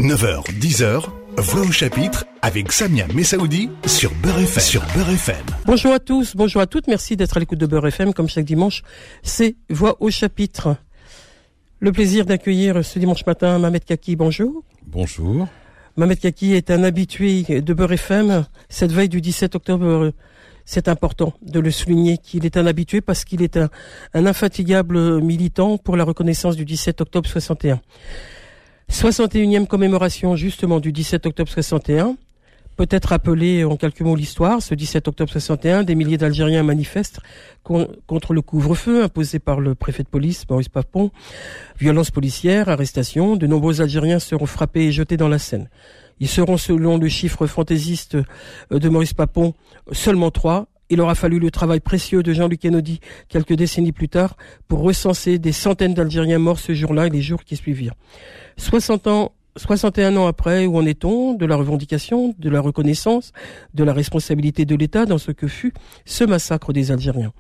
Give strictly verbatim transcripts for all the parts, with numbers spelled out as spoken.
neuf heures, dix heures, Voix au chapitre avec Samia Messaoudi sur Beurre F M. Sur Beurre F M. Bonjour à tous, bonjour à toutes, merci d'être à l'écoute de Beurre F M comme chaque dimanche. C'est Voix au chapitre. Le plaisir d'accueillir ce dimanche matin Mohamed Kaki, bonjour. Bonjour. Mohamed Kaki est un habitué de Beurre F M. Cette veille du dix-sept octobre, c'est important de le souligner qu'il est un habitué parce qu'il est un, un infatigable militant pour la reconnaissance du dix-sept octobre soixante et un. soixante et unième commémoration justement du dix-sept octobre soixante et un. Peut-être rappeler en quelques mots l'histoire. Ce dix-sept octobre soixante et un, des milliers d'Algériens manifestent con- contre le couvre-feu imposé par le préfet de police, Maurice Papon. Violences policières, arrestations. De nombreux Algériens seront frappés et jetés dans la Seine. Ils seront, selon le chiffre fantaisiste de Maurice Papon, seulement trois. Il aura fallu le travail précieux de Jean-Luc Kennedy quelques décennies plus tard pour recenser des centaines d'Algériens morts ce jour-là et les jours qui suivirent. soixante ans, soixante et un ans après, où en est-on de la revendication, de la reconnaissance, de la responsabilité de l'État dans ce que fut ce massacre des Algériens?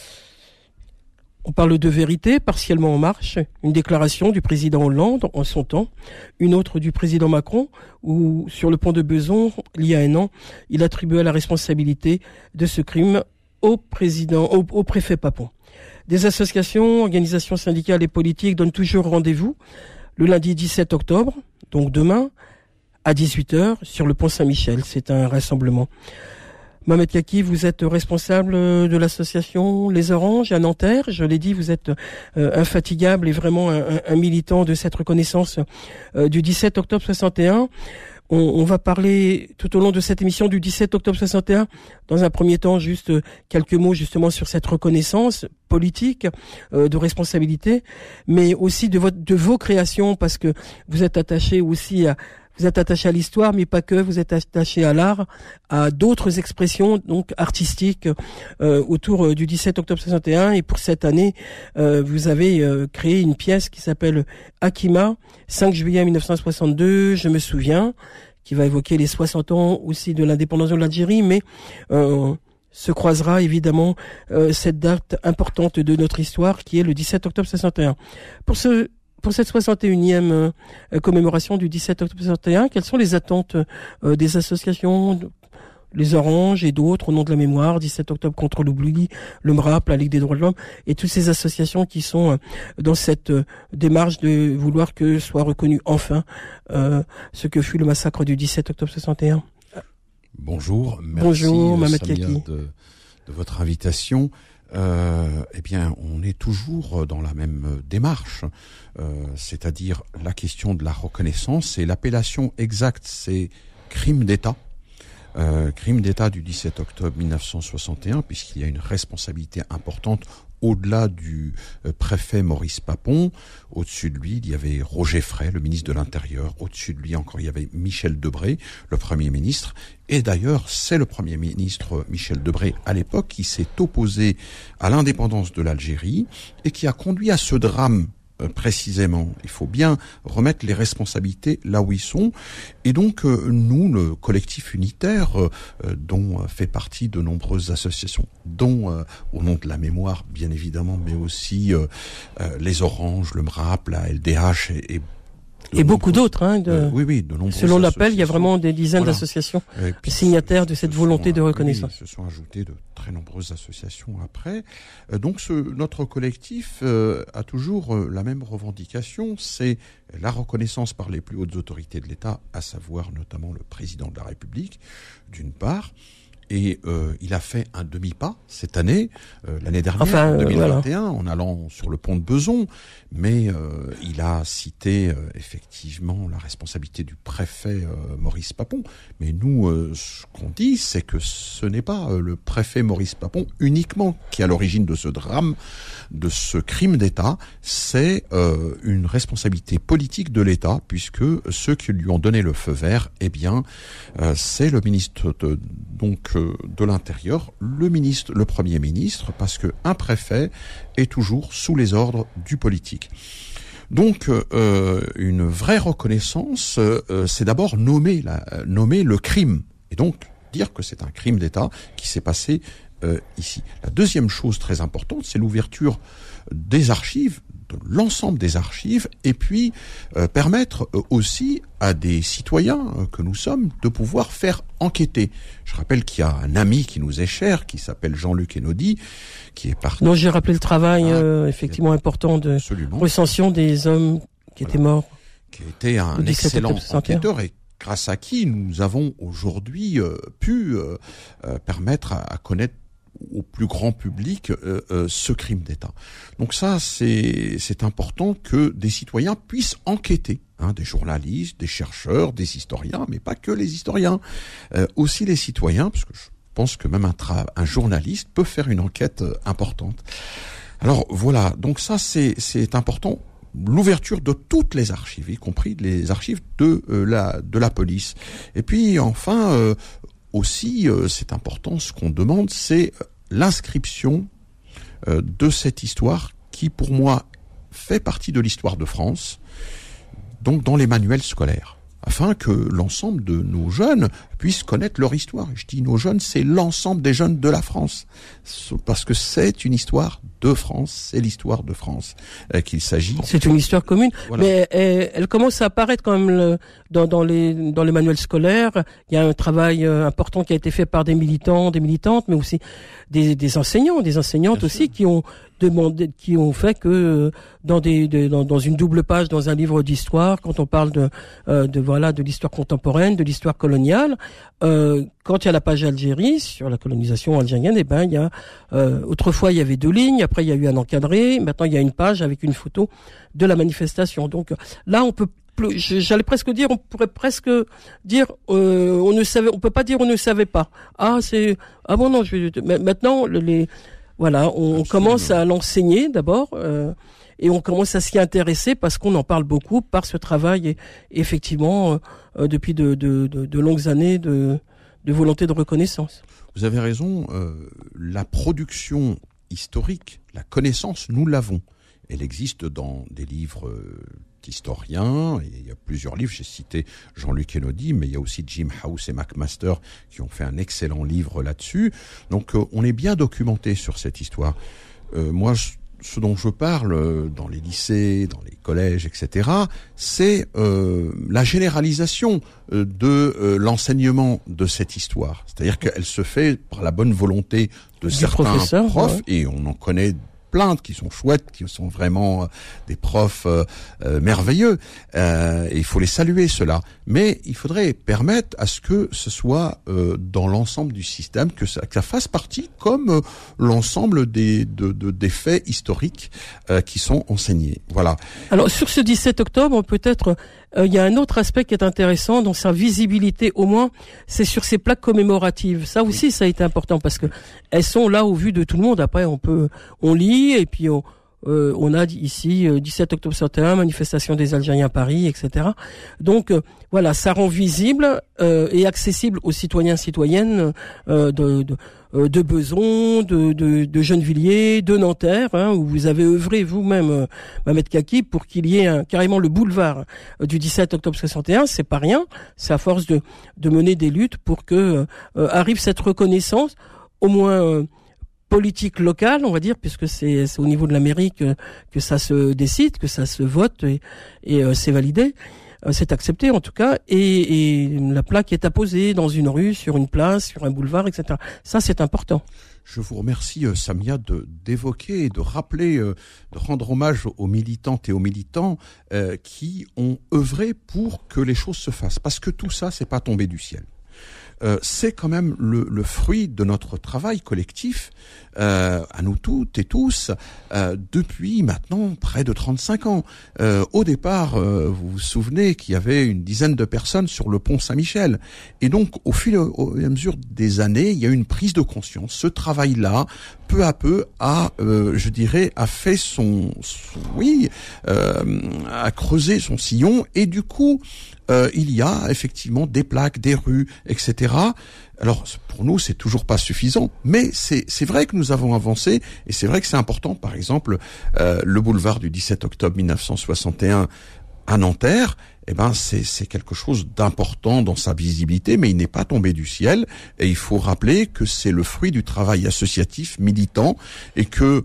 On parle de vérité, partiellement en marche, une déclaration du président Hollande en son temps, une autre du président Macron, où sur le pont de Bezons, il y a un an, il attribuait la responsabilité de ce crime au président, au, au préfet Papon. Des associations, organisations syndicales et politiques donnent toujours rendez-vous le lundi dix-sept octobre, donc demain, à dix-huit heures, sur le pont Saint-Michel. C'est un rassemblement. Mohamed Kaki, vous êtes responsable de l'association Les Oranges à Nanterre. Je l'ai dit, vous êtes euh, infatigable et vraiment un, un militant de cette reconnaissance euh, du dix-sept octobre soixante et un. On, on va parler tout au long de cette émission du dix-sept octobre soixante et un. Dans un premier temps, juste quelques mots justement sur cette reconnaissance politique, euh, de responsabilité, mais aussi de, votre, de vos créations, parce que vous êtes attaché aussi à Vous êtes attaché à l'histoire, mais pas que. Vous êtes attaché à l'art, à d'autres expressions donc artistiques euh, autour euh, du dix-sept octobre soixante et un. Et pour cette année, euh, vous avez euh, créé une pièce qui s'appelle Akima, cinq juillet mille neuf cent soixante-deux, je me souviens, qui va évoquer les soixante ans aussi de l'indépendance de l'Algérie, mais euh, se croisera évidemment euh, cette date importante de notre histoire qui est le dix-sept octobre soixante et un. Pour ce Pour cette soixante et unième euh, commémoration du dix-sept octobre soixante et un, quelles sont les attentes euh, des associations, les Oranges et d'autres au nom de la mémoire, dix-sept octobre contre l'oubli, le M R A P, la Ligue des droits de l'homme, et toutes ces associations qui sont euh, dans cette euh, démarche de vouloir que soit reconnu enfin euh, ce que fut le massacre du dix-sept octobre soixante et un. Bonjour, merci Bonjour, Mohamed Samia Kaki. de, de votre invitation. Euh, eh bien, on est toujours dans la même démarche, euh, c'est-à-dire la question de la reconnaissance, et l'appellation exacte, c'est crime d'État. Euh, crime d'État du dix-sept octobre mille neuf cent soixante et un, puisqu'il y a une responsabilité importante au-delà du euh, préfet Maurice Papon. Au-dessus de lui, il y avait Roger Frey, le ministre de l'Intérieur. Au-dessus de lui encore, il y avait Michel Debré, le Premier ministre. Et d'ailleurs, c'est le Premier ministre Michel Debré, à l'époque, qui s'est opposé à l'indépendance de l'Algérie et qui a conduit à ce drame. Précisément, il faut bien remettre les responsabilités là où ils sont. Et donc, euh, nous, le collectif unitaire, euh, dont euh, fait partie de nombreuses associations, dont, euh, au nom de la mémoire, bien évidemment, mais aussi euh, euh, les Oranges, le M R A P, la L D H et, et Et beaucoup d'autres, hein, de, euh, oui, oui, de nombreuses selon l'appel, il y a associations. vraiment des dizaines Voilà. d'associations Et puis, signataires de cette se volonté sont, de reconnaissance. Oui, se sont ajoutées de très nombreuses associations après. Euh, donc ce, notre collectif euh, a toujours euh, la même revendication, c'est la reconnaissance par les plus hautes autorités de l'État, à savoir notamment le président de la République, d'une part. Et euh, il a fait un demi-pas cette année, euh, l'année dernière, enfin, en deux mille vingt et un, voilà. en allant sur le pont de Bezons. Mais euh, il a cité euh, effectivement la responsabilité du préfet euh, Maurice Papon. Mais nous, euh, ce qu'on dit, c'est que ce n'est pas euh, le préfet Maurice Papon uniquement qui est à l'origine de ce drame, de ce crime d'État. C'est euh, une responsabilité politique de l'État, puisque ceux qui lui ont donné le feu vert, eh bien, euh, c'est le ministre de, donc euh, de l'Intérieur, le ministre, le Premier ministre, parce que un préfet est toujours sous les ordres du politique. Donc, euh, une vraie reconnaissance, euh, c'est d'abord nommer, la, nommer le crime, et donc dire que c'est un crime d'État qui s'est passé euh, ici. La deuxième chose très importante, c'est l'ouverture des archives de l'ensemble des archives et puis euh, permettre euh, aussi à des citoyens euh, que nous sommes de pouvoir faire enquêter. Je rappelle qu'il y a un ami qui nous est cher, qui s'appelle Jean-Luc Enodi, qui est parti. Non, j'ai rappelé le travail ah, euh, effectivement important de absolument. recension des hommes qui voilà. étaient morts. Qui était un excellent enquêteur et grâce à qui nous avons aujourd'hui euh, pu euh, euh, permettre à, à connaître au plus grand public euh, euh, ce crime d'État. Donc ça, c'est c'est important que des citoyens puissent enquêter, hein, des journalistes, des chercheurs, des historiens, mais pas que les historiens, euh, aussi les citoyens, parce que je pense que même un, tra- un journaliste peut faire une enquête euh, importante. Alors voilà, donc ça c'est c'est important. L'ouverture de toutes les archives, y compris les archives de euh, la de la police. Et puis enfin euh, aussi, euh, c'est important, ce qu'on demande, c'est l'inscription euh, de cette histoire qui, pour moi, fait partie de l'histoire de France, donc dans les manuels scolaires, afin que l'ensemble de nos jeunes puissent connaître leur histoire. Je dis nos jeunes, c'est l'ensemble des jeunes de la France, parce que c'est une histoire de France, c'est l'histoire de France euh, qu'il s'agit. C'est une histoire commune, voilà. Mais elle, elle commence à apparaître quand même le, dans, dans les dans les manuels scolaires. Il y a un travail euh, important qui a été fait par des militants, des militantes, mais aussi des, des enseignants, des enseignantes Bien aussi sûr. qui ont demandé, qui ont fait que dans des de, dans, dans une double page dans un livre d'histoire, quand on parle de euh, de voilà de l'histoire contemporaine, de l'histoire coloniale. Euh, quand il y a la page Algérie sur la colonisation algérienne, eh ben il y a euh, autrefois il y avait deux lignes, après il y a eu un encadré, maintenant il y a une page avec une photo de la manifestation. Donc là on peut plus, j'allais presque dire, on pourrait presque dire euh, on ne savait, on peut pas dire on ne savait pas. Ah c'est ah bon non, je vais, maintenant les voilà, on Absolument. commence à l'enseigner d'abord. Euh, Et on commence à s'y intéresser parce qu'on en parle beaucoup par ce travail et, effectivement euh, depuis de, de, de, de longues années de, de volonté de reconnaissance. Vous avez raison, euh, la production historique, la connaissance, nous l'avons. Elle existe dans des livres euh, d'historiens, et il y a plusieurs livres, j'ai cité Jean-Luc Enodi, mais il y a aussi Jim House et McMaster qui ont fait un excellent livre là-dessus. Donc euh, on est bien documenté sur cette histoire. Euh, moi, je, ce dont je parle dans les lycées, dans les collèges, et cetera, c'est euh, la généralisation de euh, l'enseignement de cette histoire. C'est-à-dire qu'elle se fait par la bonne volonté de du certains profs, ouais. Et on en connaît plein qui sont chouettes, qui sont vraiment des profs euh, euh, merveilleux. Euh, et il faut les saluer, ceux-là. Mais il faudrait permettre à ce que ce soit euh, dans l'ensemble du système, que ça, que ça fasse partie comme euh, l'ensemble des, de, de, des faits historiques euh, qui sont enseignés. Voilà. Alors sur ce dix-sept octobre, peut-être il euh, y a un autre aspect qui est intéressant dans sa visibilité, au moins, c'est sur ces plaques commémoratives. Ça aussi, oui. Ça a été important parce que elles sont là au vu de tout le monde. Après, on peut, on lit et puis on, euh, on a ici euh, dix-sept octobre soixante et un, manifestation des Algériens à Paris, et cetera. Donc euh, voilà, ça rend visible euh, et accessible aux citoyens, citoyennes euh, de, de de Besançon, de, de, de Gennevilliers, de Nanterre, hein, où vous avez œuvré vous-même, euh, Mohamed Kaki, pour qu'il y ait un, carrément le boulevard euh, du dix-sept octobre soixante et un. C'est pas rien, c'est à force de, de mener des luttes pour que euh, arrive cette reconnaissance, au moins euh, politique locale, on va dire, puisque c'est, c'est au niveau de la mairie que, que ça se décide, que ça se vote et, et euh, c'est validé. C'est accepté en tout cas, et, et la plaque est apposée dans une rue, sur une place, sur un boulevard, et cetera. Ça, c'est important. Je vous remercie, euh, Samia, de, d'évoquer et de rappeler, euh, de rendre hommage aux militantes et aux militants euh, qui ont œuvré pour que les choses se fassent. Parce que tout ça, c'est pas tombé du ciel. Euh, c'est quand même le, le fruit de notre travail collectif, euh, à nous toutes et tous, euh, depuis maintenant près de trente-cinq ans. Euh, au départ, euh, vous vous souvenez qu'il y avait une dizaine de personnes sur le pont Saint-Michel. Et donc, au fil et à mesure des années, il y a eu une prise de conscience. Ce travail-là, peu à peu, a, euh, je dirais, a fait son, son oui, euh, a creusé son sillon. Et du coup, Euh, il y a effectivement des plaques, des rues, et cetera. Alors pour nous, c'est toujours pas suffisant, mais c'est c'est vrai que nous avons avancé et c'est vrai que c'est important. Par exemple, euh, le boulevard du dix-sept octobre mille neuf cent soixante et un à Nanterre, eh ben c'est c'est quelque chose d'important dans sa visibilité, mais il n'est pas tombé du ciel. Et il faut rappeler que c'est le fruit du travail associatif militant et que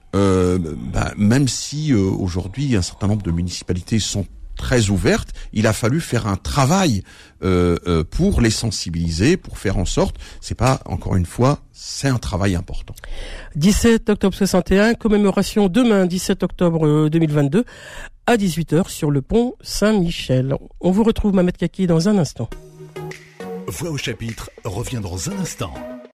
euh, bah, même si euh, aujourd'hui un certain nombre de municipalités sont très ouvertes, il a fallu faire un travail euh, euh, pour les sensibiliser, pour faire en sorte, c'est pas, encore une fois, c'est un travail important. dix-sept octobre soixante et un, commémoration demain, dix-sept octobre deux mille vingt-deux, à dix-huit heures sur le pont Saint-Michel. On vous retrouve, Mohamed Kaki, dans un instant. Voix au chapitre revient dans un instant.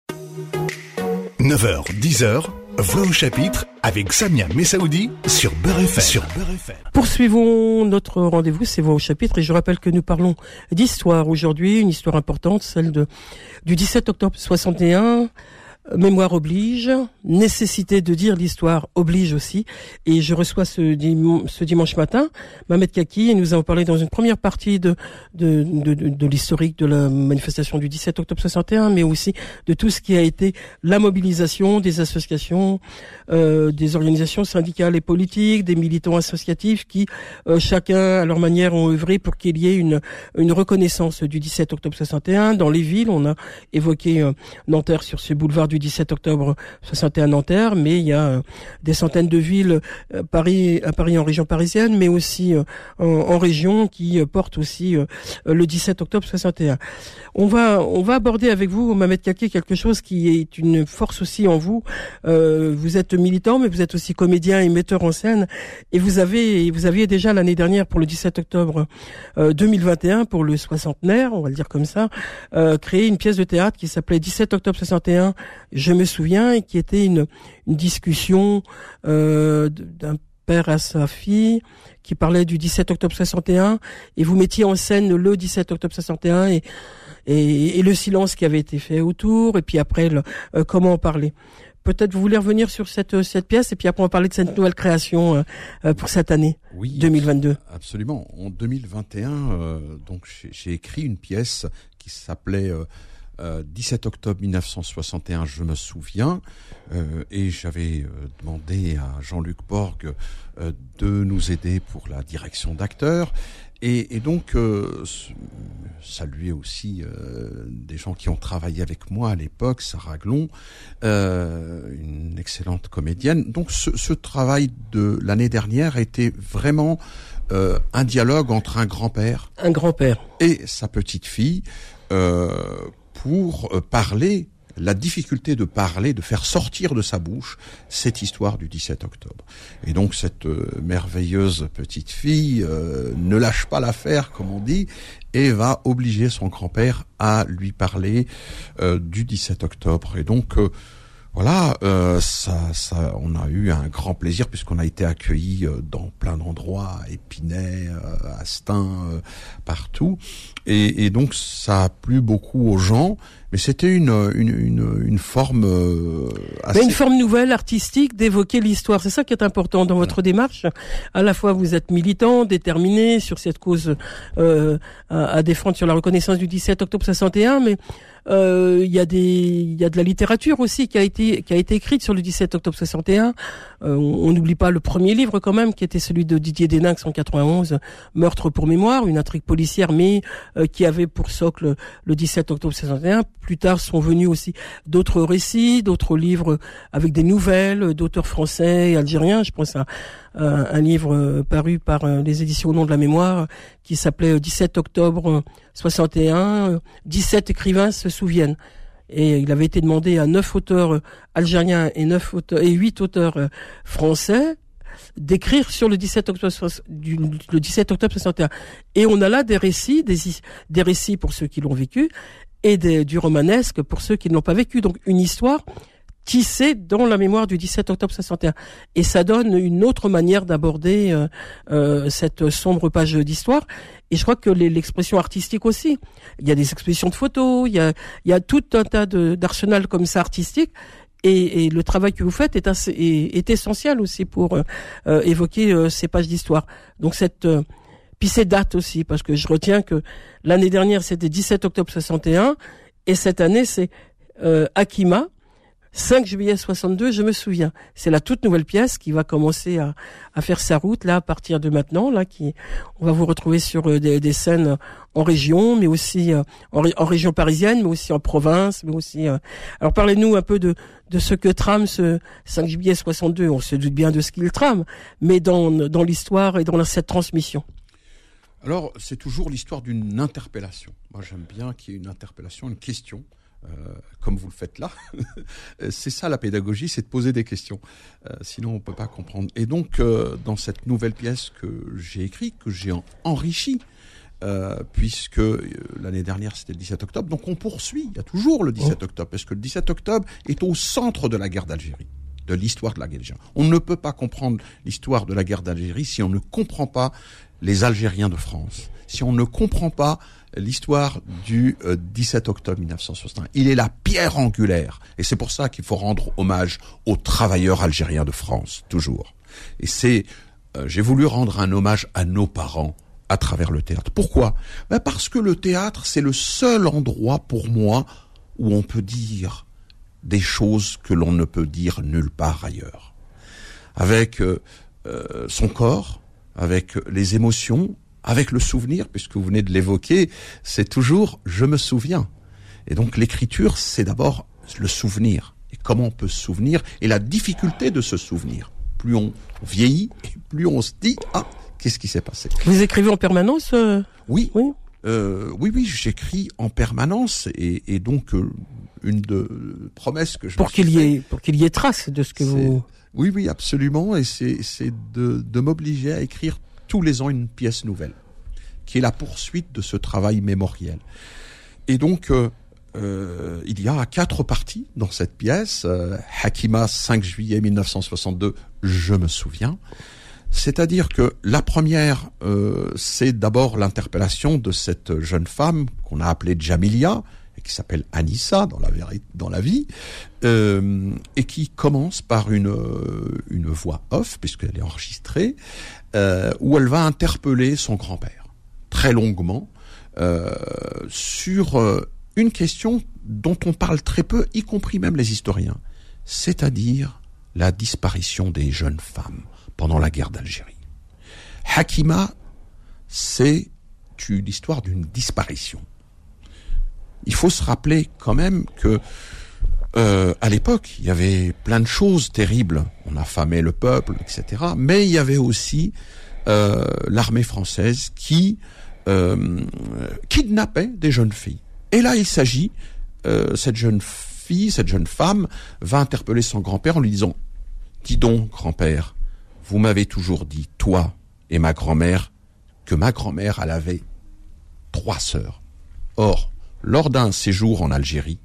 neuf heures, dix heures, Voix au chapitre avec Samia Messaoudi sur Beurre F M. Sur Beurre F M. Poursuivons notre rendez-vous, c'est Voix au chapitre, et je rappelle que nous parlons d'histoire aujourd'hui, une histoire importante, celle de du dix-sept octobre soixante et un. Mémoire oblige, nécessité de dire l'histoire oblige aussi. Et je reçois ce, dim- ce dimanche matin Mohamed Kaki, et nous avons parlé dans une première partie de de, de, de, de l'historique de la manifestation du dix-sept octobre soixante et un, mais aussi de tout ce qui a été la mobilisation des associations, euh, des organisations syndicales et politiques, des militants associatifs qui, euh, chacun à leur manière, ont œuvré pour qu'il y ait une, une reconnaissance du dix-sept octobre soixante et un. Dans les villes, on a évoqué euh, Nanterre sur ce boulevard du dix-sept octobre soixante et un Nanterre, mais il y a euh, des centaines de villes, euh, Paris, à Paris en région parisienne, mais aussi euh, en, en région qui euh, portent aussi euh, le dix-sept octobre soixante et un. On va, on va aborder avec vous, Mohamed Kaki, quelque chose qui est une force aussi en vous. Euh, vous êtes militant, mais vous êtes aussi comédien et metteur en scène, et vous avez, vous aviez déjà l'année dernière pour le dix-sept octobre euh, deux mille vingt et un, pour le soixantenaire, on va le dire comme ça, euh, créé une pièce de théâtre qui s'appelait dix-sept octobre soixante et un. Je me souviens, et qui était une, une discussion euh, d'un père à sa fille qui parlait du dix-sept octobre soixante et un, et vous mettiez en scène le dix-sept octobre soixante et un et, et, et le silence qui avait été fait autour, et puis après le, euh, comment en parler. Peut-être vous voulez revenir sur cette cette pièce, et puis après on va parler de cette nouvelle création euh, pour cette année oui, deux mille vingt-deux. Absolument. En deux mille vingt et un, euh, donc j'ai, j'ai écrit une pièce qui s'appelait euh, Euh, dix-sept octobre mille neuf cent soixante et un, je me souviens, euh, et j'avais euh, demandé à Jean-Luc Borg euh, de nous aider pour la direction d'acteurs, et, et donc euh, saluer aussi euh, des gens qui ont travaillé avec moi à l'époque, Sarah Glon, euh, une excellente comédienne. Donc ce, ce travail de l'année dernière était vraiment euh, un dialogue entre un grand-père, un grand-père et sa petite fille, euh, pour parler, la difficulté de parler, de faire sortir de sa bouche cette histoire du dix-sept octobre. Et donc cette euh, merveilleuse petite fille euh, ne lâche pas l'affaire, comme on dit, et va obliger son grand-père à lui parler euh, du dix-sept octobre. Et donc euh, voilà, euh, ça, ça, on a eu un grand plaisir puisqu'on a été accueillis euh, dans plein d'endroits, à Épinay, euh, à Stein, euh, partout. Et, et donc ça a plu beaucoup aux gens, mais c'était une une une, une forme euh, assez... Mais une forme nouvelle, artistique, d'évoquer l'histoire. C'est ça qui est important dans votre voilà. démarche. À la fois vous êtes militant, déterminé sur cette cause euh, à, à défendre sur la reconnaissance du dix-sept octobre soixante et un, mais euh, il y a des il y a de la littérature aussi qui a été qui a été écrite sur le dix-sept octobre soixante et un. Euh, on n'oublie pas le premier livre quand même, qui était celui de Didier Deninx en quatre-vingt-onze, Meurtre pour mémoire, une intrigue policière, mais euh, qui avait pour socle le dix-sept octobre soixante et un. Plus tard sont venus aussi d'autres récits, d'autres livres avec des nouvelles d'auteurs français et algériens. Je pense à euh, un livre euh, paru par euh, les éditions Au nom de la mémoire qui s'appelait dix-sept octobre soixante et un. dix-sept écrivains se souviennent. Et il avait été demandé à neuf auteurs algériens et neuf auteurs et huit auteurs français d'écrire sur le dix-sept octobre, du, le dix-sept octobre soixante et un. Et on a là des récits, des, des récits pour ceux qui l'ont vécu, et des, du romanesque pour ceux qui ne l'ont pas vécu. Donc une histoire tissée dans la mémoire du dix-sept octobre soixante et un. Et ça donne une autre manière d'aborder euh, euh, cette sombre page d'histoire. Et je crois que les, l'expression artistique aussi. Il y a des expositions de photos, il y a, il y a tout un tas de, d'arsenal comme ça artistique. Et, et le travail que vous faites est, assez, est, est essentiel aussi pour euh, évoquer euh, ces pages d'histoire. Donc cette... Euh, Puis ces dates aussi, parce que je retiens que l'année dernière, c'était dix-sept octobre soixante et un, et cette année, c'est euh, Akima, cinq juillet soixante-deux, je me souviens. C'est la toute nouvelle pièce qui va commencer à, à faire sa route là à partir de maintenant. Là, qui, on va vous retrouver sur euh, des, des scènes en région, mais aussi euh, en, en région parisienne, mais aussi en province, mais aussi. Euh... Alors parlez-nous un peu de de ce que trame ce cinq juillet soixante-deux. On se doute bien de ce qu'il trame, mais dans dans l'histoire et dans cette transmission. Alors, c'est toujours l'histoire d'une interpellation. Moi, j'aime bien qu'il y ait une interpellation, une question. Euh, comme vous le faites là, c'est ça la pédagogie, c'est de poser des questions. Euh, sinon, on peut pas comprendre. Et donc, euh, dans cette nouvelle pièce que j'ai écrite, que j'ai en, enrichie, euh, puisque euh, l'année dernière c'était le dix-sept octobre, donc on poursuit. Il y a toujours le dix-sept octobre, parce que le dix-sept octobre est au centre de la guerre d'Algérie, de l'histoire de la guerre d'Algérie. On ne peut pas comprendre l'histoire de la guerre d'Algérie si on ne comprend pas les Algériens de France, si on ne comprend pas l'histoire du euh, dix-sept octobre mille neuf cent soixante et un. Il est la pierre angulaire. Et c'est pour ça qu'il faut rendre hommage aux travailleurs algériens de France, toujours. Et c'est, euh, j'ai voulu rendre un hommage à nos parents à travers le théâtre. Pourquoi ? Ben parce que le théâtre, c'est le seul endroit pour moi où on peut dire des choses que l'on ne peut dire nulle part ailleurs. Avec euh, euh, son corps, avec les émotions, avec le souvenir, puisque vous venez de l'évoquer, c'est toujours « je me souviens ». Et donc l'écriture, c'est d'abord le souvenir. Et comment on peut se souvenir, et la difficulté de se souvenir. Plus on vieillit, et plus on se dit « ah, qu'est-ce qui s'est passé ?» Vous écrivez en permanence euh... Oui, oui, euh, oui, oui, j'écris en permanence, et, et donc euh, une de promesses que je pour qu'il y ait pour qu'il y ait trace de ce que vous. Oui, oui, absolument, et c'est c'est de de m'obliger à écrire tous les ans une pièce nouvelle, qui est la poursuite de ce travail mémoriel. Et donc, euh, euh, il y a quatre parties dans cette pièce. Euh, Hakima, cinq juillet mille neuf cent soixante-deux, je me souviens. C'est-à-dire que la première, euh, c'est d'abord l'interpellation de cette jeune femme qu'on a appelée Djamilia, et qui s'appelle Anissa dans la, dans la vie, euh, et qui commence par une, une voix off, puisqu'elle est enregistrée, euh, où elle va interpeller son grand-père, très longuement, euh, sur euh, une question dont on parle très peu, y compris même les historiens, c'est-à-dire la disparition des jeunes femmes pendant la guerre d'Algérie. Hakima, c'est l'histoire d'une disparition. Il faut se rappeler quand même que euh, à l'époque, il y avait plein de choses terribles. On affamait le peuple, et cetera. Mais il y avait aussi euh, l'armée française qui euh, kidnappait des jeunes filles. Et là, il s'agit, euh, cette jeune fille, cette jeune femme, va interpeller son grand-père en lui disant « Dis donc, grand-père, vous m'avez toujours dit, toi et ma grand-mère, que ma grand-mère, elle avait trois sœurs. Or, lors d'un séjour en Algérie,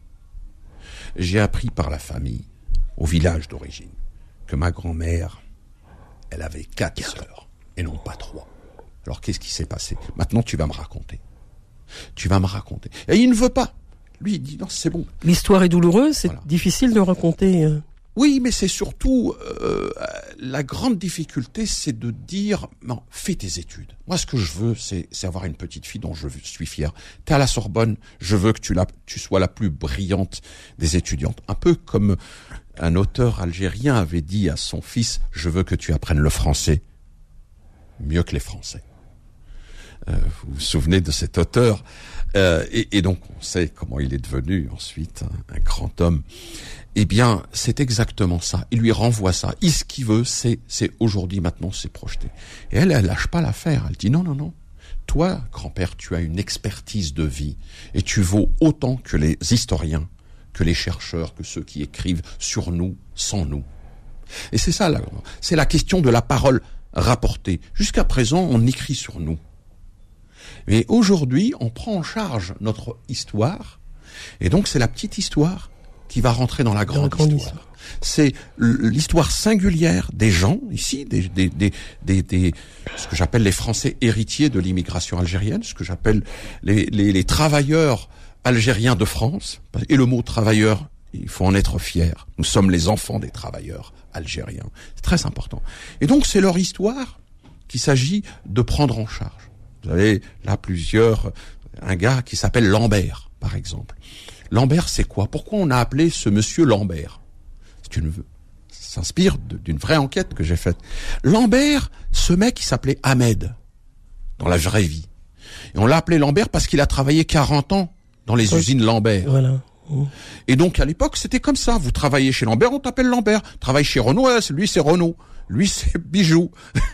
j'ai appris par la famille, au village d'origine, que ma grand-mère, elle avait quatre sœurs, et non pas trois. Alors qu'est-ce qui s'est passé ? Maintenant, tu vas me raconter. Tu vas me raconter. Et il ne veut pas. Lui, il dit, non, c'est bon. L'histoire est douloureuse, c'est voilà. Difficile de raconter... Euh... Oui, mais c'est surtout euh, la grande difficulté, c'est de dire non, fais tes études. Moi, ce que je veux, c'est, c'est avoir une petite fille dont je suis fier. T'es à la Sorbonne, je veux que tu, la, tu sois la plus brillante des étudiantes. Un peu comme un auteur algérien avait dit à son fils, je veux que tu apprennes le français mieux que les Français. Euh, vous vous souvenez de cet auteur euh, et, et donc on sait comment il est devenu ensuite un, un grand homme. Eh bien, c'est exactement ça. Il lui renvoie ça. Il, ce qu'il veut, c'est, c'est aujourd'hui, maintenant, c'est projeté. Et elle, elle lâche pas l'affaire. Elle dit non, non, non. Toi, grand-père, tu as une expertise de vie et tu vaux autant que les historiens, que les chercheurs, que ceux qui écrivent sur nous, sans nous. Et c'est ça, là, c'est la question de la parole rapportée. Jusqu'à présent, on écrit sur nous. Mais aujourd'hui, on prend en charge notre histoire. Et donc, c'est la petite histoire qui va rentrer dans la grande, la grande histoire. histoire. C'est l'histoire singulière des gens, ici, des, des, des, des, des ce que j'appelle les Français héritiers de l'immigration algérienne, ce que j'appelle les, les, les travailleurs algériens de France. Et le mot travailleur, il faut en être fier. Nous sommes les enfants des travailleurs algériens. C'est très important. Et donc, c'est leur histoire qu'il s'agit de prendre en charge. Vous avez là plusieurs, un gars qui s'appelle Lambert, par exemple. Lambert, c'est quoi ? Pourquoi on a appelé ce monsieur Lambert ? C'est une, ça s'inspire de, d'une vraie enquête que j'ai faite. Lambert, ce mec, il s'appelait Ahmed, dans la vraie vie. Et on l'a appelé Lambert parce qu'il a travaillé quarante ans dans les oui. usines Lambert. Voilà. Mmh. Et donc, à l'époque, c'était comme ça. Vous travaillez chez Lambert, on t'appelle Lambert. Travaille chez Renault, ouais, lui, c'est Renault. Lui, c'est Bijou.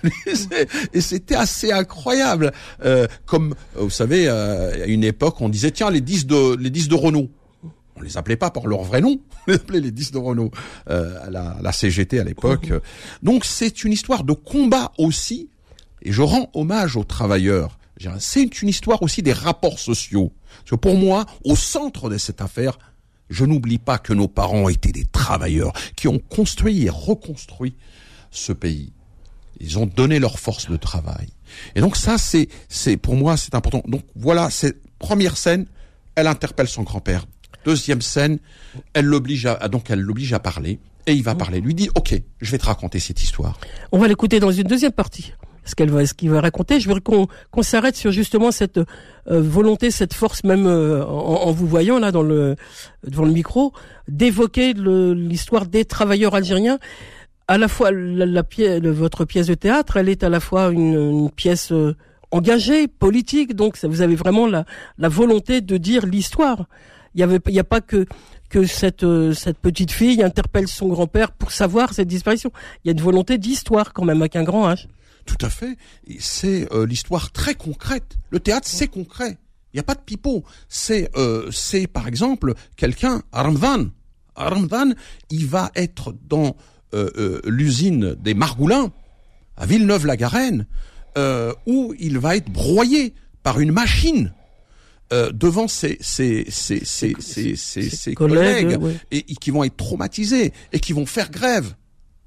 Et c'était assez incroyable. Euh, comme, vous savez, euh, à une époque, on disait, tiens, les disques de, les disques de Renault. On les appelait pas par leur vrai nom. On les appelait les disques de Renault, euh, à la, à la C G T à l'époque. Mmh. Donc, c'est une histoire de combat aussi. Et je rends hommage aux travailleurs. C'est une histoire aussi des rapports sociaux. Parce que pour moi, au centre de cette affaire, je n'oublie pas que nos parents ont été des travailleurs qui ont construit et reconstruit ce pays. Ils ont donné leur force de travail. Et donc ça, c'est, c'est pour moi, c'est important. Donc voilà, c'est première scène, elle interpelle son grand-père. Deuxième scène, elle l'oblige à, donc elle l'oblige à parler. Et il va parler. Lui dit, OK, je vais te raconter cette histoire. On va l'écouter dans une deuxième partie. Ce qu'elle va, ce qu'il va raconter. Je voudrais qu'on, qu'on s'arrête sur justement cette euh, volonté, cette force même euh, en, en vous voyant là dans le devant le micro, d'évoquer le, l'histoire des travailleurs algériens. À la fois la, la pièce, votre pièce de théâtre, elle est à la fois une, une pièce euh, engagée, politique. Donc ça, vous avez vraiment la, la volonté de dire l'histoire. Il y avait, il y a pas que que cette euh, cette petite fille interpelle son grand-père pour savoir cette disparition. Il y a une volonté d'histoire quand même avec un grand H. Tout à fait. Et c'est euh, l'histoire très concrète. Le théâtre, c'est concret. Il n'y a pas de pipeau. C'est, euh, c'est par exemple quelqu'un, Ramdan. Ramdan, il va être dans euh, euh, l'usine des Margoulins, à Villeneuve-la-Garenne, euh, où il va être broyé par une machine euh, devant ses, ses, ses, ses, ses, ses, ses collègues, collègues ouais. et, et qui vont être traumatisés et qui vont faire grève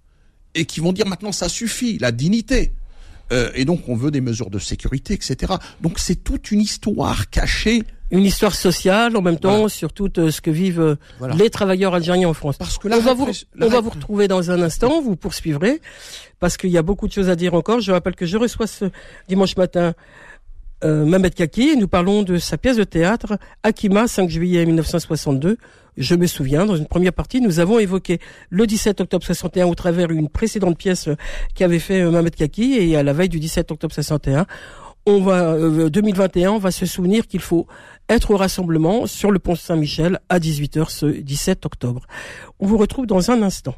et qui vont dire maintenant ça suffit, la dignité. Euh, et donc on veut des mesures de sécurité, et cetera. Donc c'est toute une histoire cachée. Une histoire sociale en même temps voilà. sur tout euh, ce que vivent euh, voilà. les travailleurs algériens en France. Parce que on va vous, on va vous retrouver dans un instant, vous poursuivrez, parce qu'il y a beaucoup de choses à dire encore. Je rappelle que je reçois ce dimanche matin euh, Mohamed Kaki et nous parlons de sa pièce de théâtre Hakima, cinq juillet mille neuf cent soixante-deux. Je me souviens, dans une première partie, nous avons évoqué le dix-sept octobre soixante et un au travers d'une précédente pièce qu'avait fait Mohamed Kaki, et à la veille du dix-sept octobre soixante et un, on va, euh, deux mille vingt et un, on va se souvenir qu'il faut être au rassemblement sur le pont Saint-Michel à dix-huit heures ce dix-sept octobre. On vous retrouve dans un instant.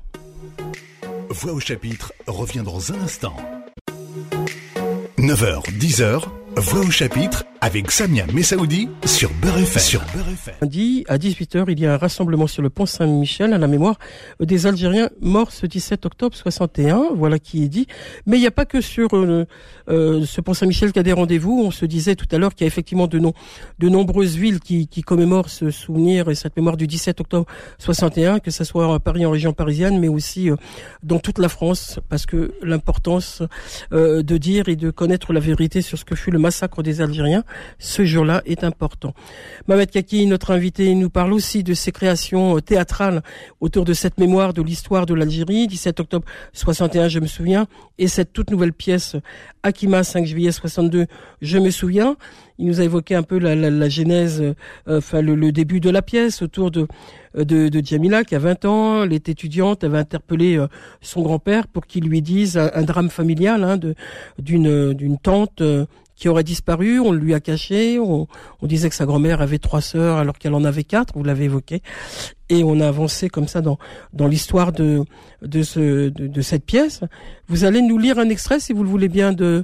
Voix au chapitre revient dans un instant. neuf heures, dix heures, Voix au chapitre avec Samia Messaoudi sur Beurre F M. Sur Beurre F M. Lundi à dix-huit heures, il y a un rassemblement sur le pont Saint-Michel à la mémoire des Algériens morts ce dix-sept octobre soixante et un. Voilà qui est dit. Mais il n'y a pas que sur euh, euh, ce pont Saint-Michel qu'il y a des rendez-vous. On se disait tout à l'heure qu'il y a effectivement de, no- de nombreuses villes qui, qui commémorent ce souvenir et cette mémoire du dix-sept octobre soixante et un, que ce soit à Paris, en région parisienne, mais aussi euh, dans toute la France, parce que l'importance euh, de dire et de connaître la vérité sur ce que fut le massacre des Algériens ce jour-là est important. Mohamed Kaki, notre invité, nous parle aussi de ses créations théâtrales autour de cette mémoire de l'histoire de l'Algérie, dix-sept octobre soixante et un, je me souviens, et cette toute nouvelle pièce Hakima, cinq juillet soixante-deux, je me souviens. Il nous a évoqué un peu la, la, la genèse, euh, enfin le, le début de la pièce autour de, de, de Djamila qui a vingt ans. Elle est étudiante, elle va interpeller euh, son grand-père pour qu'il lui dise un, un drame familial hein, de, d'une, d'une tante euh, qui aurait disparu. On lui a caché. On, on disait que sa grand-mère avait trois sœurs alors qu'elle en avait quatre. Vous l'avez évoqué. Et on a avancé comme ça dans dans l'histoire de de ce de, de cette pièce. Vous allez nous lire un extrait, si vous le voulez bien, de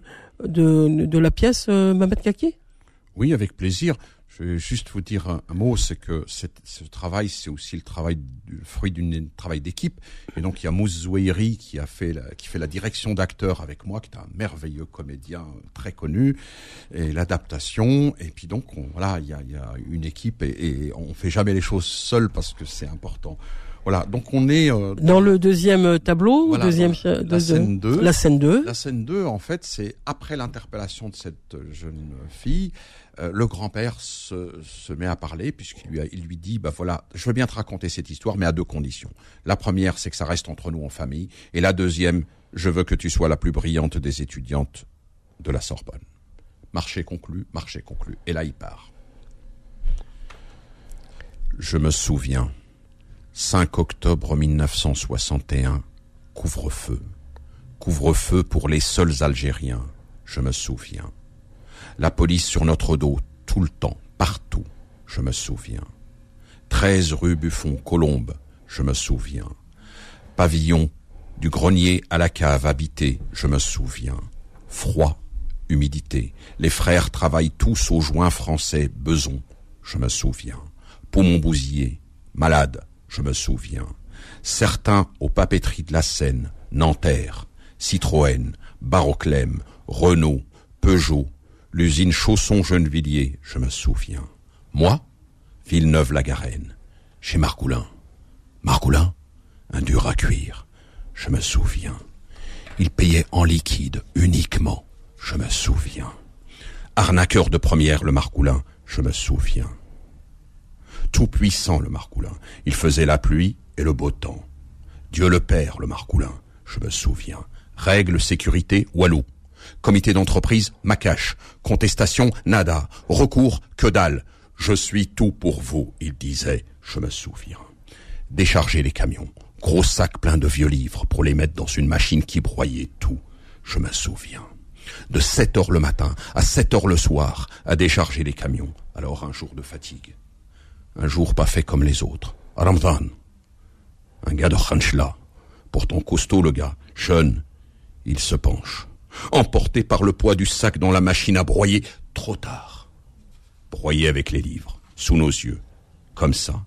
de de la pièce, euh, Mohamed Kaki. Oui, avec plaisir. Je vais juste vous dire un, un mot, c'est que cette, ce travail, c'est aussi le travail, le fruit d'un travail d'équipe. Et donc, il y a Mousse Zouairi qui a fait la, qui fait la direction d'acteur avec moi, qui est un merveilleux comédien très connu, et l'adaptation. Et puis donc, on, voilà, il y a, il y a une équipe et, et on fait jamais les choses seul parce que c'est important. Voilà, donc on est euh, dans, dans le deuxième tableau, voilà, deuxième la, de, la scène deux. La scène deux. La scène deux, en fait, c'est après l'interpellation de cette jeune fille, euh, le grand-père se, se met à parler puisqu'il lui a, il lui dit, bah voilà, je veux bien te raconter cette histoire, mais à deux conditions. La première, c'est que ça reste entre nous en famille, et la deuxième, je veux que tu sois la plus brillante des étudiantes de la Sorbonne. Marché conclu, marché conclu. Et là, il part. Je me souviens. cinq octobre mille neuf cent soixante et un, couvre-feu. Couvre-feu pour les seuls Algériens, je me souviens. La police sur notre dos, tout le temps, partout, je me souviens. treize rue Buffon-Colombe, je me souviens. Pavillon, du grenier à la cave habitée, je me souviens. Froid, humidité, les frères travaillent tous au joint français, Beson, je me souviens. Poumon bousillé, malade, je me souviens. Certains aux papeteries de la Seine, Nanterre, Citroën, Baroclem, Renault, Peugeot, l'usine Chausson-Gennevilliers, je me souviens. Moi, Villeneuve-la-Garenne, chez Margoulin. Margoulin, un dur à cuire, je me souviens. Il payait en liquide uniquement, je me souviens. Arnaqueur de première, le Margoulin, je me souviens. Tout puissant, le Margoulin, il faisait la pluie et le beau temps. Dieu le Père, le Margoulin, je me souviens. Règle sécurité, Walou. Comité d'entreprise, Macache. Contestation, nada. Recours, que dalle. Je suis tout pour vous, il disait, je me souviens. Décharger les camions. Gros sacs pleins de vieux livres pour les mettre dans une machine qui broyait tout, je me souviens. De sept heures le matin à sept heures le soir, à décharger les camions. Alors un jour de fatigue. Un jour pas fait comme les autres. Ramadan. Un gars de Khanchla. Pourtant costaud le gars. Jeune. Il se penche. Emporté par le poids du sac dans la machine à broyer. Trop tard. Broyer avec les livres. Sous nos yeux. Comme ça.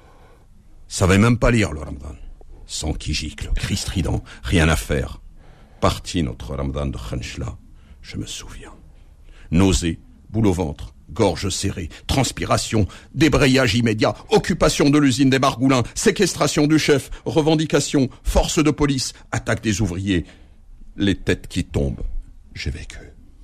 Savait même pas lire le Ramadan. Sang qui gicle. Cri strident. Rien à faire. Parti notre Ramadan de Khanchla. Je me souviens. Nausée. Boule au ventre. Gorge serrée, transpiration, débrayage immédiat, occupation de l'usine des Margoulins, séquestration du chef, revendication, force de police, attaque des ouvriers, les têtes qui tombent. J'ai vécu.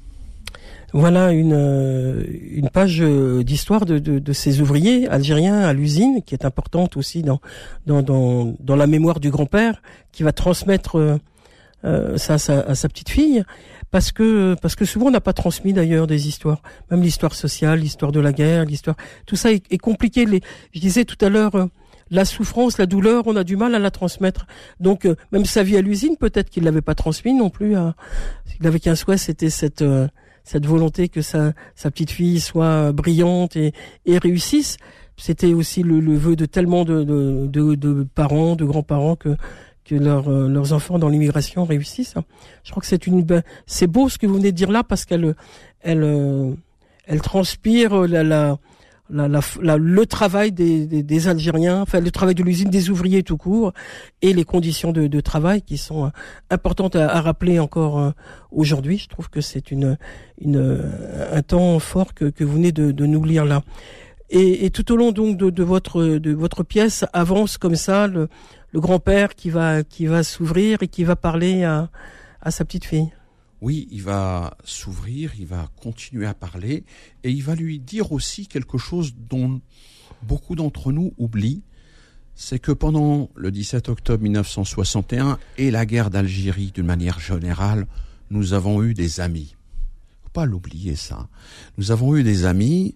Voilà une une page d'histoire de, de, de ces ouvriers algériens à l'usine qui est importante aussi dans dans dans, dans la mémoire du grand-père qui va transmettre euh, ça à sa, à sa petite fille. Parce que parce que souvent on n'a pas transmis d'ailleurs des histoires, même l'histoire sociale, l'histoire de la guerre, l'histoire, tout ça est, est compliqué. Les, je disais tout à l'heure, euh, la souffrance, la douleur, on a du mal à la transmettre. Donc euh, même sa vie à l'usine, peut-être qu'il l'avait pas transmis non plus. À, il avait qu'un souhait, c'était cette euh, cette volonté que sa sa petite fille soit brillante et, et réussisse. C'était aussi le, le vœu de tellement de, de de de parents, de grands-parents que que leurs euh, leurs enfants dans l'immigration réussissent. Je crois que c'est une c'est beau ce que vous venez de dire là parce qu'elle elle euh, elle transpire la la la, la, la le travail des, des des Algériens, enfin le travail de l'usine, des ouvriers tout court et les conditions de de travail qui sont euh, importantes à, à rappeler encore euh, aujourd'hui. Je trouve que c'est une une euh, un temps fort que que vous venez de de nous lire là. Et, et tout au long donc de, de votre de votre pièce avance comme ça le, le grand-père qui va qui va s'ouvrir et qui va parler à à sa petite fille. Oui, il va s'ouvrir, il va continuer à parler et il va lui dire aussi quelque chose dont beaucoup d'entre nous oublient, c'est que pendant le dix-sept octobre mille neuf cent soixante et un et la guerre d'Algérie d'une manière générale, nous avons eu des amis. Faut pas l'oublier ça. Nous avons eu des amis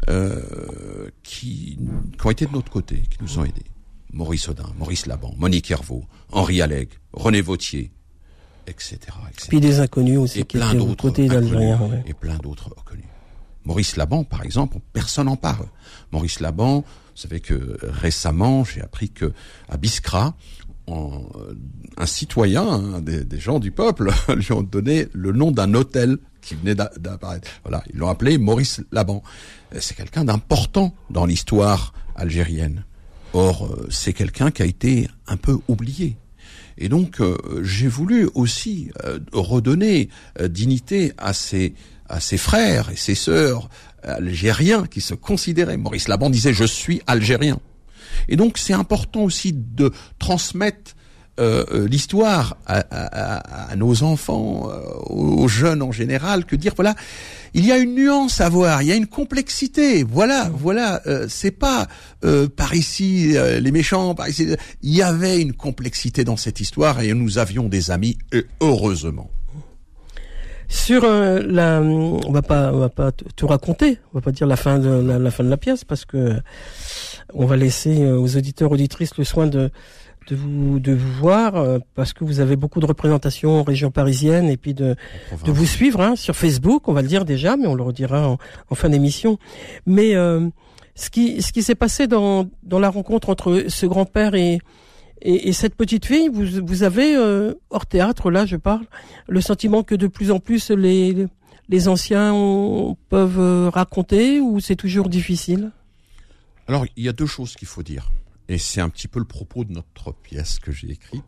Euh, qui, qui ont été de notre côté, qui nous ont aidés. Maurice Audin, Maurice Laban, Monique Hervaux, Henri Allègre, René Vautier, et cetera, et cetera. Puis des inconnus aussi, et qui plein étaient d'autres aux côtés d'Algériens. Ouais. Et plein d'autres reconnus. Maurice Laban, par exemple, personne n'en parle. Maurice Laban, vous savez que récemment, j'ai appris que à Biskra, en, un citoyen, hein, des, des gens du peuple, lui ont donné le nom d'un hôtel qui venait d'apparaître. Voilà, ils l'ont appelé Maurice Laban. C'est quelqu'un d'important dans l'histoire algérienne. Or, c'est quelqu'un qui a été un peu oublié. Et donc, euh, j'ai voulu aussi euh, redonner euh, dignité à ses, à ses frères et ses sœurs algériens qui se considéraient. Maurice Laban disait « Je suis algérien ». Et donc, c'est important aussi de transmettre Euh, l'histoire à, à, à nos enfants, euh, aux jeunes en général, que dire voilà, il y a une nuance à voir, il y a une complexité. Voilà, voilà, euh, c'est pas euh, par ici euh, les méchants, par ici. Il y avait une complexité dans cette histoire et nous avions des amis, et heureusement. Sur euh, la, on va pas, on va pas tout raconter, on va pas dire la fin de la, la fin de la pièce parce que on va laisser euh, aux auditeurs auditrices le soin de de vous de vous voir euh, parce que vous avez beaucoup de représentations en région parisienne et puis de de vous suivre hein, sur Facebook, on va le dire déjà, mais on le redira en, en fin d'émission. Mais euh, ce qui ce qui s'est passé dans dans la rencontre entre ce grand-père et et, et cette petite fille, vous vous avez euh, hors théâtre là, je parle, le sentiment que de plus en plus les les anciens ont, peuvent raconter ou c'est toujours difficile? Alors il y a deux choses qu'il faut dire. Et c'est un petit peu le propos de notre pièce que j'ai écrite,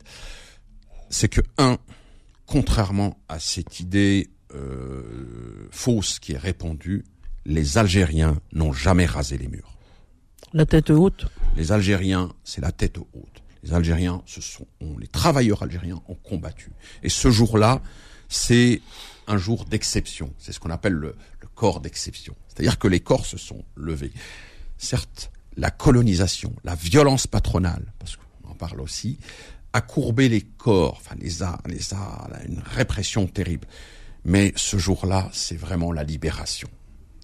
c'est que, un, contrairement à cette idée euh, fausse qui est répandue, les Algériens n'ont jamais rasé les murs. La tête haute. Les Algériens, c'est la tête haute. Les Algériens, ce sont les travailleurs algériens ont combattu. Et ce jour-là, c'est un jour d'exception. C'est ce qu'on appelle le, le corps d'exception. C'est-à-dire que les corps se sont levés. Certes, la colonisation, la violence patronale, parce qu'on en parle aussi, a courbé les corps, enfin les a, les a, une répression terrible. Mais ce jour-là, c'est vraiment la libération, d'accord ?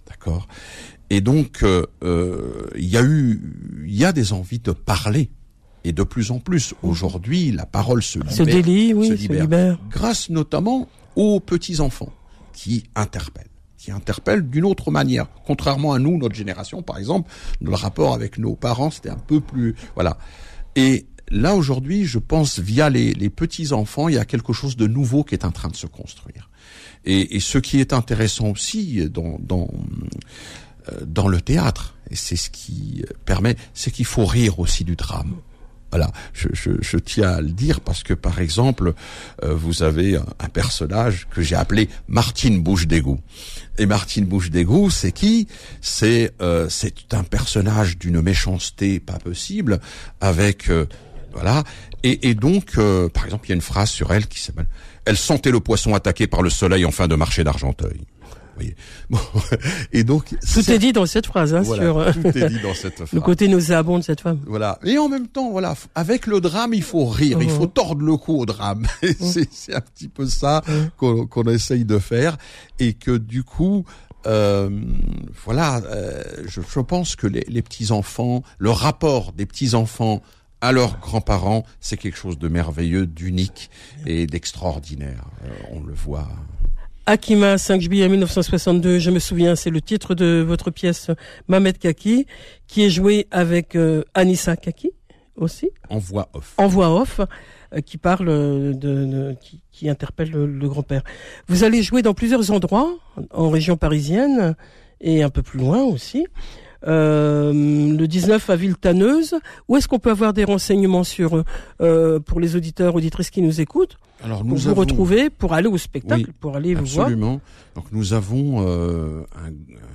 Et donc, euh, euh, il y a eu, il y a des envies de parler, et de plus en plus. Aujourd'hui, la parole se libère, se délie, oui, se libère, se libère, grâce notamment aux petits enfants qui interpellent. qui interpelle d'une autre manière. Contrairement à nous, notre génération, par exemple, le rapport avec nos parents, c'était un peu plus... Voilà. Et là, aujourd'hui, je pense, via les, les petits-enfants, il y a quelque chose de nouveau qui est en train de se construire. Et, et ce qui est intéressant aussi dans, dans, euh, dans le théâtre, et c'est ce qui permet, c'est qu'il faut rire aussi du drame. Voilà, je, je, je tiens à le dire parce que, par exemple, euh, vous avez un, un personnage que j'ai appelé Martine Bouche d'égout. Et Martine Bouche d'égout, c'est qui ? C'est euh, c'est un personnage d'une méchanceté pas possible, avec euh, voilà. Et, et donc, euh, par exemple, il y a une phrase sur elle qui s'appelle « Elle sentait le poisson attaqué par le soleil en fin de marché d'Argenteuil ». Vous voyez. Bon, et donc tout est dit dans cette phrase, hein, voilà, sur tout est dit dans cette phrase. Le côté nauséabond de cette femme. Voilà. Et en même temps, voilà, avec le drame, il faut rire, mmh. il faut tordre le cou au drame. Et mmh. c'est, c'est un petit peu ça mmh. qu'on, qu'on essaye de faire, et que du coup, euh, voilà, euh, je, je pense que les, les petits enfants, le rapport des petits enfants à leurs grands-parents, c'est quelque chose de merveilleux, d'unique et d'extraordinaire. Euh, on le voit. Akima, cinq juillet mille neuf cent soixante-deux, je me souviens, c'est le titre de votre pièce Mamet Kaki, qui est joué avec euh, Anissa Kaki aussi. En voix off. En voix off, euh, qui parle de, de qui, qui interpelle le, le grand-père. Vous allez jouer dans plusieurs endroits, en région parisienne et un peu plus loin aussi. Euh, le dix-neuf à Villetaneuse. Où est-ce qu'on peut avoir des renseignements sur euh, pour les auditeurs auditrices qui nous écoutent? Alors nous pour vous avons... retrouver, pour aller au spectacle, oui, pour aller vous voir. Absolument. Donc nous avons euh, un,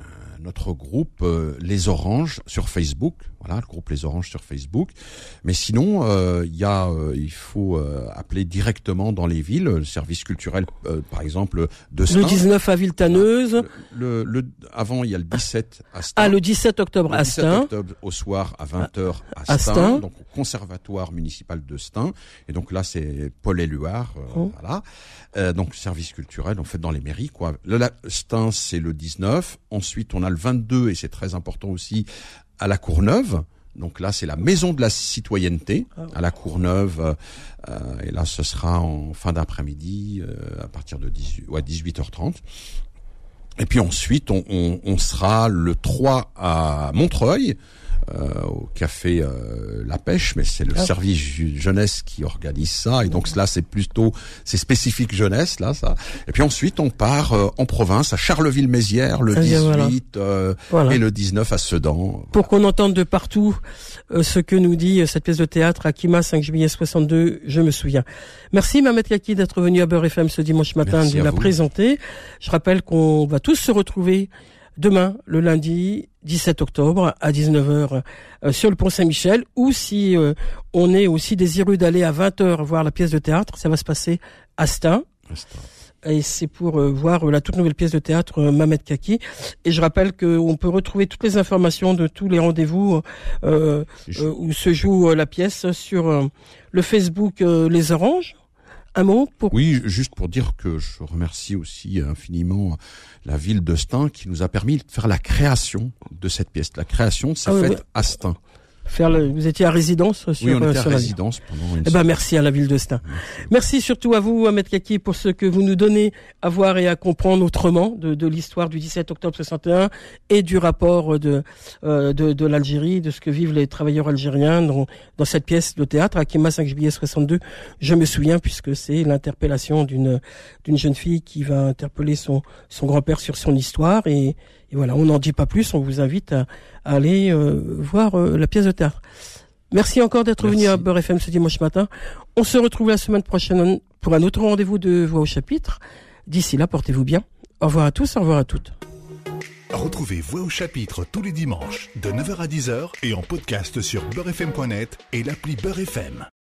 notre groupe euh, Les Oranges sur Facebook. Voilà, le groupe Les Oranges sur Facebook. Mais sinon, euh, il y a, euh, il faut euh, appeler directement dans les villes, le service culturel, euh, par exemple, de Stains. Le dix-neuf à Villetaneuse. Le, le, le, avant, il y a le dix-sept à Stains. Ah, le dix-sept octobre à Stains. Le dix-sept octobre au soir à vingt heures à, à Stains, Stains, donc au conservatoire municipal de Stains. Et donc là, c'est Paul Éluard, euh, oh. voilà. Euh, donc service culturel, en fait, dans les mairies, quoi. Le la, Stains, c'est le dix-neuf. Ensuite, on a le vingt-deux, et c'est très important aussi, à la Courneuve. Donc là, c'est la maison de la citoyenneté à la Courneuve. Euh, et là, ce sera en fin d'après-midi, euh, à partir de dix-huit, ouais, dix-huit heures trente. Et puis ensuite, on, on, on sera le trois à Montreuil, euh, au café euh, La Pêche, mais c'est le ah. service jeunesse qui organise ça, et donc là c'est plutôt c'est spécifique jeunesse là ça. Et puis ensuite on part euh, en province à Charleville-Mézières le dix-huit voilà. Euh, voilà. et le dix-neuf à Sedan. Pour voilà. qu'on entende de partout euh, ce que nous dit euh, cette pièce de théâtre Akima, cinq juillet soixante-deux, je me souviens. Merci Mamet Kaki d'être venu à Beurre F M ce dimanche matin, de la présenter. Je rappelle qu'on va tous se retrouver demain, le lundi dix-sept octobre, à dix-neuf heures, euh, sur le pont Saint-Michel, ou si euh, on est aussi désireux d'aller à vingt heures voir la pièce de théâtre, ça va se passer à Stains. Et c'est pour euh, voir euh, la toute nouvelle pièce de théâtre euh, Mamet Kaki. Et je rappelle qu'on peut retrouver toutes les informations de tous les rendez-vous euh, euh, où se joue euh, la pièce sur euh, le Facebook euh, Les Oranges. Un mot pour... Oui, juste pour dire que je remercie aussi infiniment la ville de Stains qui nous a permis de faire la création de cette pièce. La création s'est ah, faite oui. à Stains. faire le, vous étiez à résidence sur, oui, on était sur à la résidence pendant une Eh ben, merci à la ville de Stein. Merci. merci surtout à vous, Ahmed Kaki, pour ce que vous nous donnez à voir et à comprendre autrement de, de l'histoire du dix-sept octobre soixante et un et du rapport de, euh, de, de l'Algérie, de ce que vivent les travailleurs algériens dans, dans cette pièce de théâtre, Akima, cinq juillet soixante-deux. Je me souviens, puisque c'est l'interpellation d'une, d'une jeune fille qui va interpeller son, son grand-père sur son histoire et, et voilà, on n'en dit pas plus, on vous invite à, à aller euh, voir euh, la pièce de théâtre. Merci encore d'être Merci. venu à Beurre F M ce dimanche matin. On se retrouve la semaine prochaine pour un autre rendez-vous de Voix au chapitre. D'ici là, portez-vous bien. Au revoir à tous, au revoir à toutes. Retrouvez Voix au chapitre tous les dimanches de neuf heures à dix heures et en podcast sur beurre f m point net et l'appli Beurre F M.